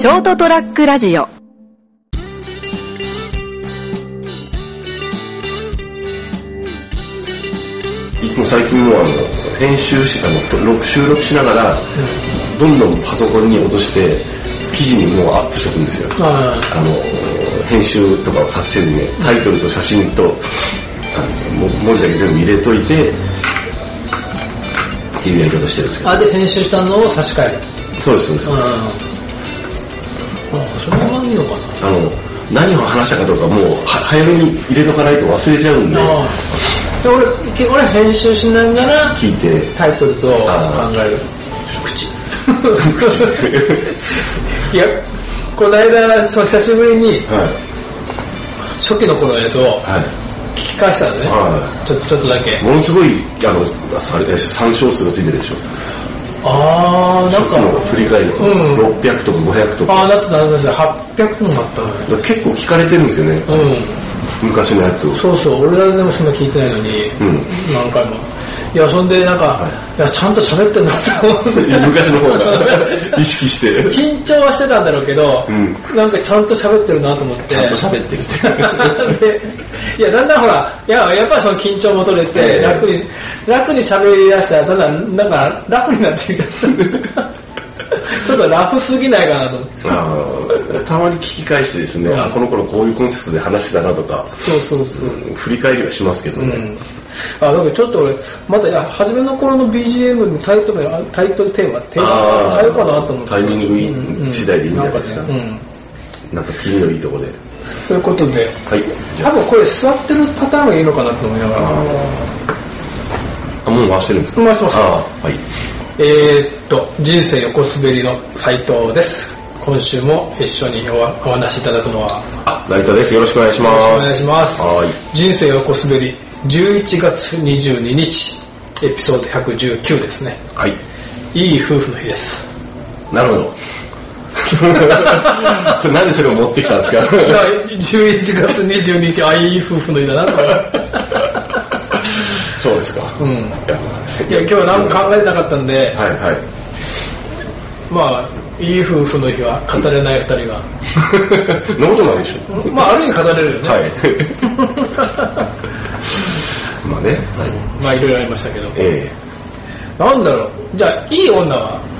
ショートトラックラジオ。 いつも最近も編集し収録しながら、どんどんパソコンに落として記事にもうアップしておくんですよ。編集とかをさせずに、タイトルと写真と文字だけ全部入れといてっていうやり方してるんですけど。 で編集したのを差し替える。 そうですそうです。 それはいいのかな。 何を話したかとかもう早めに入れとかないと忘れちゃうんで。 俺編集しながら聞いてタイトルと考える。口いや、この間久しぶりに、初期の頃のやつを聞き返したのね、ちょっとだけ。 ものすごい参照数がついてるでしょ。 なんか初期の振り返ると、600とか500とか。 だって800もあったのよ。 結構聞かれてるんですよね。昔のやつを。 そう俺らでもそんな聞いてないのに、何回も。いや、そんでなんか、いや、ちゃんと喋ってんなって思って昔の方が意識して緊張はしてたんだろうけど、なんかちゃんと喋ってるなと思って。 ちゃんと喋ってるっていや、だんだんほら、やっぱりその緊張も取れて、楽に喋り出したら、なんか楽になってきちゃったちょっとラフすぎないかなと思って。 たまに聞き返してですね、この頃こういうコンセプトで話してたなとか、 そう振り返りはしますけどね。 だからちょっと俺まだ初めの頃の BGM のタイトルテーマ変えようかなと思って。 タイミング次第でいいんじゃないですか。なんか気味のいいところで。 ということで、多分これ座ってるパターンがいいのかなと思いながら。 もう回してるんですか。 回してます。人生横滑りの斉藤です。今週も一緒にお話しいただくのは成田です。よろしくお願いします。 よろしくお願いします。人生横滑り11月22日エピソード119ですね。いい夫婦の日です。 なるほどなんでそれを持ってきたんですか。 11月22日いい夫婦の日だなとそうですか。 いや今日は何も考えてなかったんで、いい夫婦の日は語れない2人がそんなことないでしょ。 ある意味語れるよね。いろいろありましたけど、なんだろう。じゃあいい女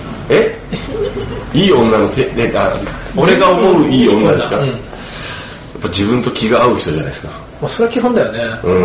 はいい女の俺が思ういい女ですか。やっぱ自分と気が合う人じゃないですか。 それは基本だよ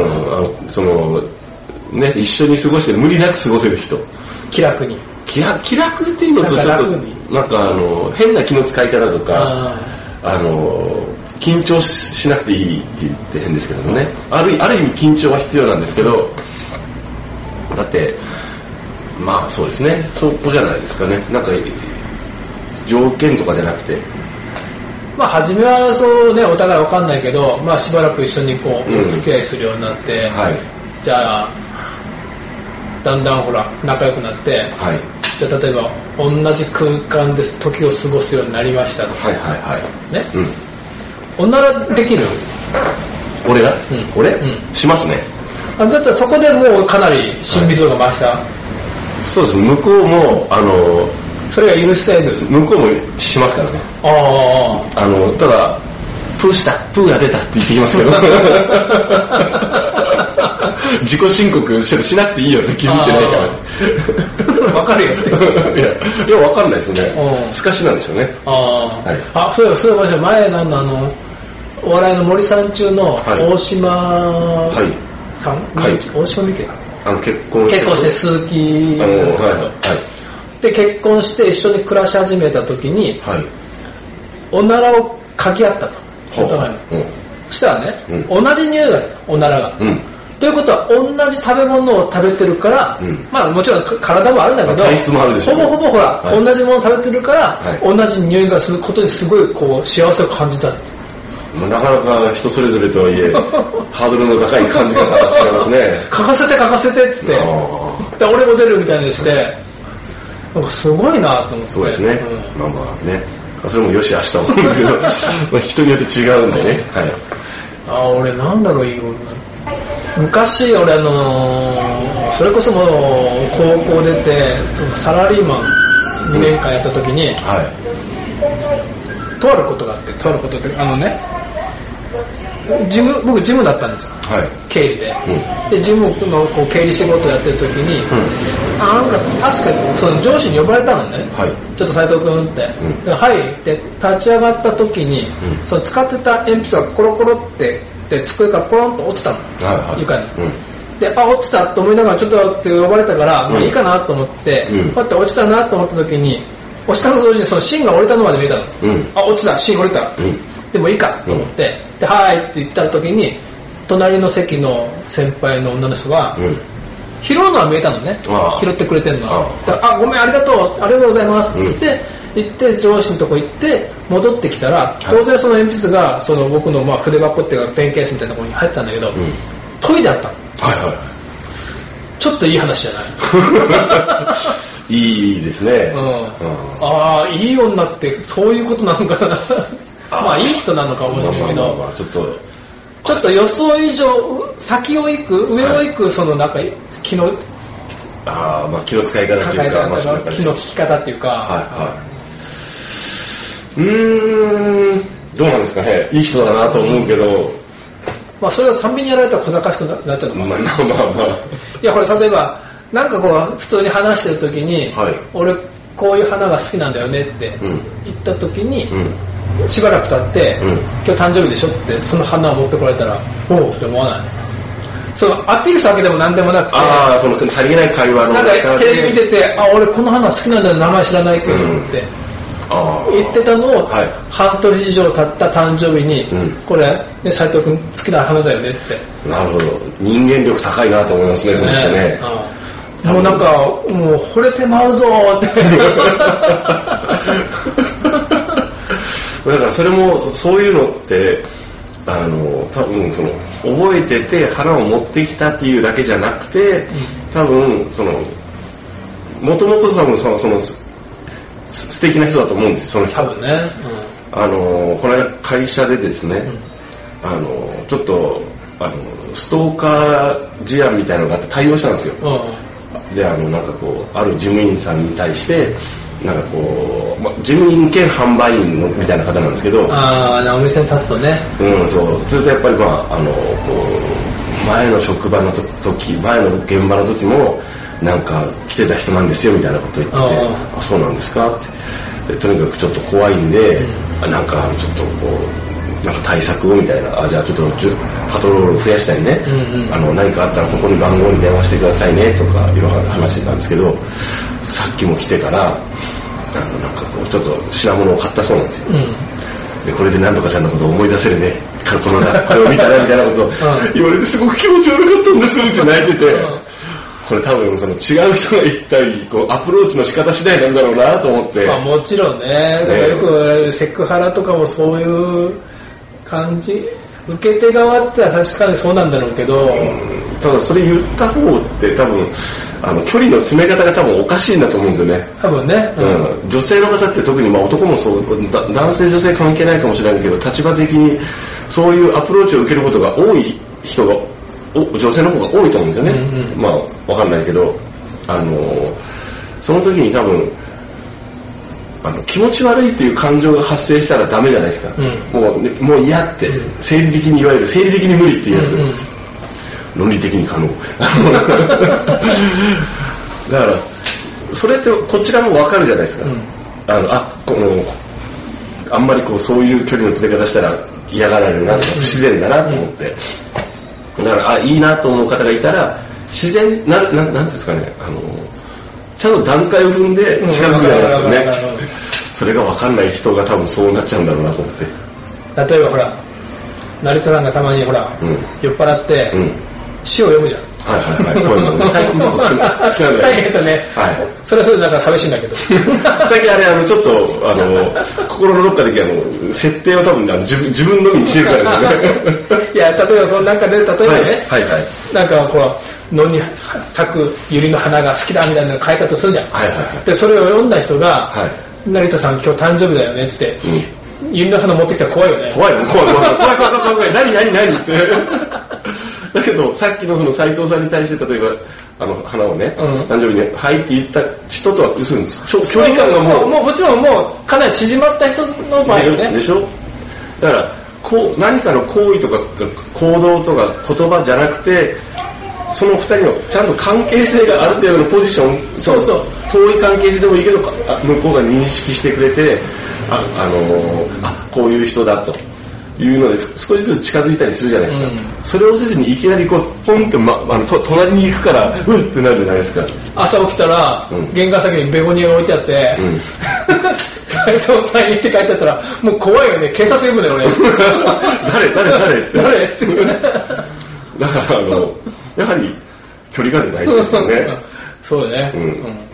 ね。一緒に過ごして無理なく過ごせる人。 気楽に。 気楽っていうのとちょっとなんか変な気の使い方とか緊張しなくていいって言って変ですけどもね。ある意味緊張は必要なんですけど、だってそうですね、そこじゃないですかね。なんか条件とかじゃなくて、 初めはそうね、お互い分かんないけど、しばらく一緒にお付き合いするようになって、じゃあだんだんほら仲良くなって、じゃあ例えば同じ空間で時を過ごすようになりましたと。おならできる？ 俺が？俺？しますね。 だったらそこでもうかなり親密度が増した。 そうです。向こうもそれが許せる。 向こうもしますからね。ただプーが出たって言ってきますけど自己申告しなくていいよって気づいてないから分かるよっていや分かんないですね。透かしなんでしょうね。 そういえば前お笑いの森さん中の大島さん、大島美希結婚して鈴木で結婚して一緒に暮らし始めた時に、おならをかき合ったと、お互いに。そしたらね、同じ匂いがおならが、ということは同じ食べ物を食べてるから、もちろん体もあるんだけど、 体質もあるでしょうね。 ほぼほら、同じものを食べてるから、同じ匂いがすることにすごい幸せを感じた。 なかなか人それぞれとはいえハードルの高い感じ方がされますね。 書かせてっつってで俺も出るみたいにしてなんかすごいなと思って。 そうですね。それもよしあしと思うんですけど人によって違うんでね。 俺なんだろう、いい女。昔俺それこそもう高校出てサラリーマン2年間やった時に、 とあることがあって、僕ジムだったんですよ、はい、経理で、でジムのこう経理仕事をやってる時に、なんか確かにその上司に呼ばれたのね、はい、ちょっと斉藤君って、ではいって立ち上がった時に、その使ってた鉛筆がコロコロってで机からポロンと落ちたの、はいはい、床に、で落ちたと思いながらちょっとって呼ばれたから、まあいいかなと思って、こうやって落ちたなと思った時に、落ちたと同時にその芯が折れたのまで見えたの、落ちた、芯折れた、でもいいかと思って、ではいって言った時に隣の席の先輩の女の人が、拾うのは見えたのね、拾ってくれてるのは、ごめんありがとうございますって言って上司のとこ行って戻ってきたら、当然その鉛筆がその僕のまあ筆箱っていうかペンケースみたいなところに入ってたんだけど、研いであったの、はいはい、ちょっといい話じゃないいいですね、 ああいい女ってそういうことなのかなまあいい人なのかもしれないけど、ちょっと予想以上先を行く上を行くそのなんか気の気の使い方っていうか、 気の利き方っていうか、 どうなんですかね、いい人だなと思うけど、 まあそれを3便にやられたら小賢しくなっちゃうのかな。いやこれ例えばなんかこう普通に話してる時に、俺こういう花が好きなんだよねって言った時に、しばらく経って、今日誕生日でしょってその花を持ってこられたらおおって思わない？そのアピールしたわけでも何でもなくて、 そのさりげない会話のなんかテレビ見てて、俺この花好きなんだよ名前知らないけどって、言ってたのを、半年以上経った誕生日に、これ、ね、斉藤君好きな花だよねって。 なるほど、人間力高いなと思いますね、その人ね。 もうなんかもう惚れてまうぞってだからそれもそういうのって多分その覚えてて花を持ってきたっていうだけじゃなくて、多分そのもともと多分その素敵な人だと思うんですよ、その人。 多分ね、 この間会社でですね、ちょっとストーカー事案みたいなのがあって対応したんですよ、でなんかこうある事務員さんに対してなんかこう、事務員兼販売員のみたいな方なんですけど、 お店に立つとね、 そうずっとやっぱりこう前の職場の時前の現場の時もなんか来てた人なんですよみたいなこと言ってて、そうなんですかってでとにかくちょっと怖いんで、なんかちょっとこうなんか対策をみたいな、じゃあちょっとパトロールを増やしたりね、何かあったらここに番号に電話してくださいねとかいろいろ話してたんですけど、さっきも来てからなんかこうちょっと品物を買ったそうなんですよ、でこれで何とかちゃんのことを思い出せるねこれを見たらみたいなことを言われて、すごく気持ち悪かったんですって泣いてて、これ多分その違う人が言ったりこうアプローチの仕方次第なんだろうなと思って、 もちろんね、だからよくセクハラとかもそういう感じ、受け手側って確かにそうなんだろうけど、 ただそれ言った方って多分距離の詰め方が多分おかしいんだと思うんですよね、 多分ね、 女性の方って特に男もそう男性女性関係ないかもしれないけど、立場的にそういうアプローチを受けることが多い人が女性の方が多いと思うんですよね、まあ分かんないけどその時に多分気持ち悪いっていう感情が発生したらダメじゃないですか、もう嫌って、生理的にいわゆる生理的に無理っていうやつ、論理的に可能だからそれってこちらも分かるじゃないですか、あんまりこうそういう距離の詰め方したら嫌がられるなとか不自然だなと思って、だからいいなと思う方がいたら自然なんていうんですかね、ちゃんと段階を踏んで近づくじゃないですかね、それが分かんない人が多分そうなっちゃうんだろうなと思って。 例えばほら成田さんがたまにほら、酔っ払って、詩を読むじゃん、 こういうの最近ちょっと少ない最近ね、それはそれでなんか寂しいんだけど最近ちょっと心のどっかで設定を多分自分のみにしてるからですよねいや例えばその中で例えばね、なんかこう野に咲く百合の花が好きだみたいなのを書いたとするじゃん、でそれを読んだ人が、成田さん今日誕生日だよねっつって、百合の花持ってきたら怖いよね、 怖い何ってだけどさっきのその斉藤さんに対して例えば花をね、誕生日にはいって言った人とは要するに距離感がもちろんもうかなり縮まった人の場合ねでしょ。だから何かの行為とか行動とか言葉じゃなくて、その2人のちゃんと関係性がある程度のポジション、遠い関係性でもいいけど向こうが認識してくれて、こういう人だというので少しずつ近づいたりするじゃないですか、それをせずにいきなりこうポンって、隣に行くからうってなるじゃないですか。 朝起きたら、玄関先にベゴニアが置いてあって、斉藤さんって書いてあったらもう怖いよね。警察呼ぶね俺誰っていうね。 だからやはり距離感で大事ですよねそうだね、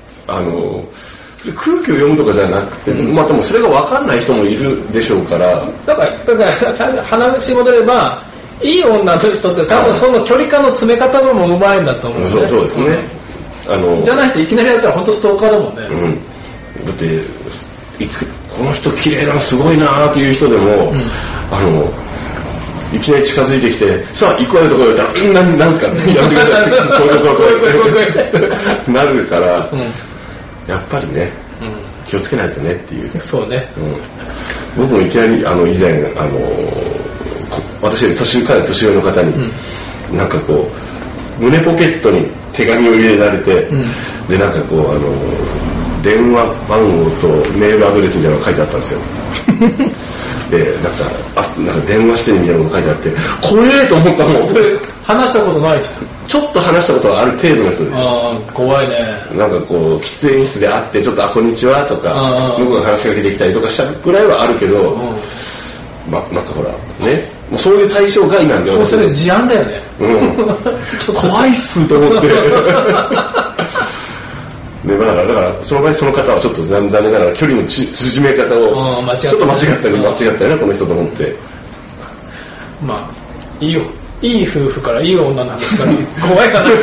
空気を読むとかじゃなくて、でもそれが分かんない人もいるでしょうから、 だから話戻ればいい女の人って多分その距離感の詰め方もうまいんだと思うんですね。 そうですね、 じゃない人いきなりやったら本当ストーカーだもんね、 だってこの人綺麗だなすごいなという人でも、いきなり近づいてきてさあ行くわよとか言われたらなんすかってやめてくださいって怖いなるから、やっぱりね、気をつけないとねっていう。 そうね、 僕もいきなり以前私よりかなり年上の方に、なんかこう胸ポケットに手紙を入れられて、でなんかこう電話番号とメールアドレスみたいなのが書いてあったんですよでなんか電話してみたいなのが書いてあって怖えと思ったもん。 話したことないちょっと話したことはある程度の人です。 怖いね。 なんかこう喫煙室で会ってちょっとこんにちはとか向こうが話しかけてきたりとかしたぐらいはあるけど、なんかほらね、もうそういう対象外なんで、 もうそれ事案だよね、 怖いっすと思ってね、だからその場合その方はちょっと残念ながら距離の縮め方をちょっと間違ったよねこの人と思って。 いい夫婦からいい女の話から怖い話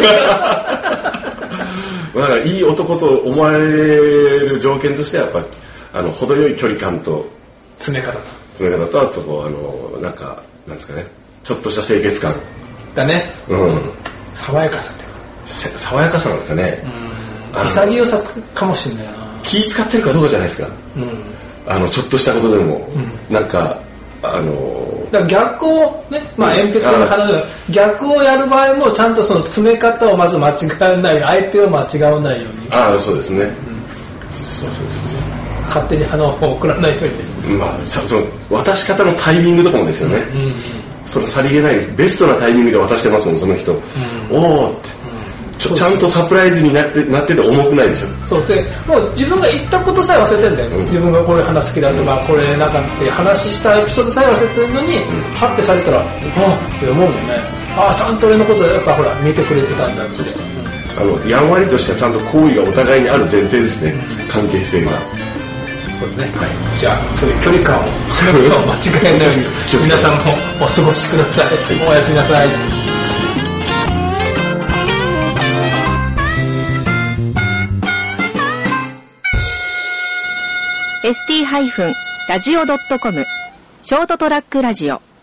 だからいい男と思われる条件としてはやっぱ程よい距離感と詰め方とあとこうなんですかね、ちょっとした清潔感だね、爽やかさって爽やかさなんですかね、 潔さかもしれないな。 気使ってるかどうかじゃないですか、ちょっとしたことでも、なんかだから逆をね、鉛筆の話で逆をやる場合もちゃんとその詰め方をまず間違えない、相手を間違わないように。 そうですね、そう勝手に花を送らないように、 その渡し方のタイミングとかもですよね、そのさりげないベストなタイミングで渡してますもんその人、おおってちゃんとサプライズになってて重くないでしょ。 そうでもう自分が言ったことさえ忘れてるんだよ、自分がこれ話好きだとか、これなんかって話したエピソードさえ忘れてるのに、ハッてされたらって思うもんね。ちゃんと俺のことやっぱほら見てくれてたんだって、 やんわりとしたちゃんと行為がお互いにある前提ですね、関係性が。 そうですね、じゃあそういう距離感を間違えないように皆さんもお過ごしください、おやすみなさい。 ST-radio.com ショートトラックラジオ